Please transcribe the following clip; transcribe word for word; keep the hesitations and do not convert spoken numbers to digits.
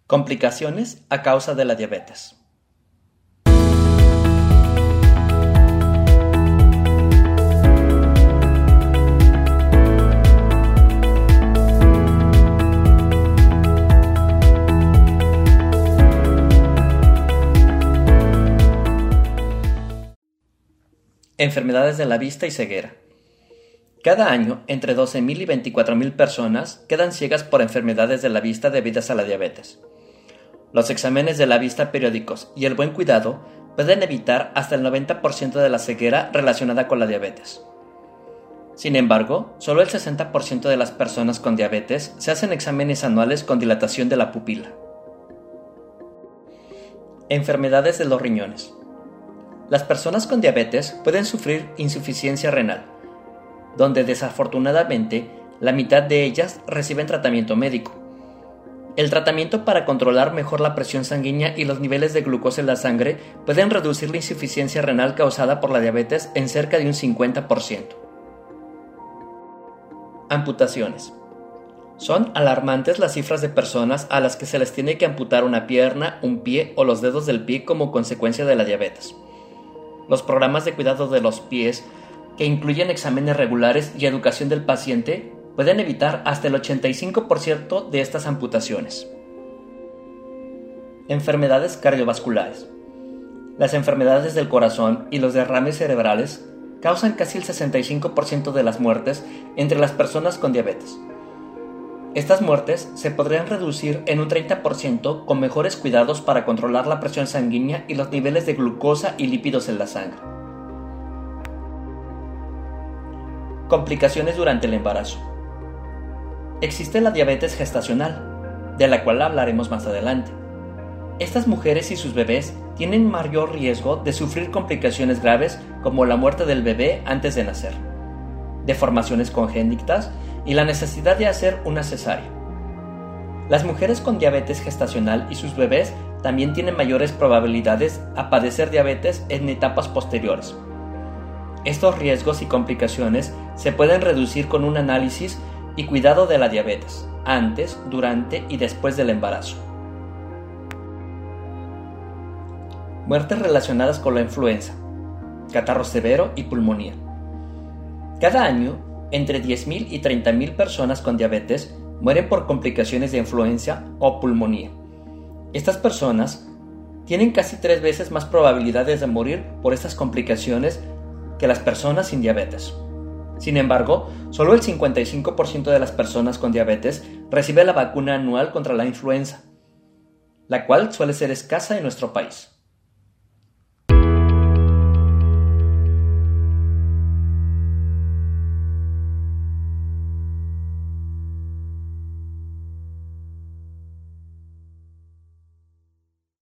Complicaciones a causa de la diabetes. Enfermedades de la vista y ceguera. Cada año, entre doce mil y veinticuatro mil personas quedan ciegas por enfermedades de la vista debidas a la diabetes. Los exámenes de la vista periódicos y el buen cuidado pueden evitar hasta el noventa por ciento de la ceguera relacionada con la diabetes. Sin embargo, solo el sesenta por ciento de las personas con diabetes se hacen exámenes anuales con dilatación de la pupila. Enfermedades de los riñones. Las personas con diabetes pueden sufrir insuficiencia renal, donde desafortunadamente la mitad de ellas reciben tratamiento médico. El tratamiento para controlar mejor la presión sanguínea y los niveles de glucosa en la sangre pueden reducir la insuficiencia renal causada por la diabetes en cerca de un cincuenta por ciento. Amputaciones. Son alarmantes las cifras de personas a las que se les tiene que amputar una pierna, un pie o los dedos del pie como consecuencia de la diabetes. Los programas de cuidado de los pies, que incluyen exámenes regulares y educación del paciente, pueden evitar hasta el ochenta y cinco por ciento de estas amputaciones. Enfermedades cardiovasculares. Las enfermedades del corazón y los derrames cerebrales causan casi el sesenta y cinco por ciento de las muertes entre las personas con diabetes. Estas muertes se podrían reducir en un treinta por ciento con mejores cuidados para controlar la presión sanguínea y los niveles de glucosa y lípidos en la sangre. Complicaciones durante el embarazo. Existe la diabetes gestacional, de la cual hablaremos más adelante. Estas mujeres y sus bebés tienen mayor riesgo de sufrir complicaciones graves como la muerte del bebé antes de nacer, deformaciones congénitas y la necesidad de hacer una cesárea. Las mujeres con diabetes gestacional y sus bebés también tienen mayores probabilidades a padecer diabetes en etapas posteriores. Estos riesgos y complicaciones se pueden reducir con un análisis y cuidado de la diabetes, antes, durante y después del embarazo. Muertes relacionadas con la influenza, catarro severo y pulmonía. Cada año, entre diez mil y treinta mil personas con diabetes mueren por complicaciones de influenza o pulmonía. Estas personas tienen casi tres veces más probabilidades de morir por estas complicaciones que las personas sin diabetes. Sin embargo, solo el cincuenta y cinco por ciento de las personas con diabetes recibe la vacuna anual contra la influenza, la cual suele ser escasa en nuestro país.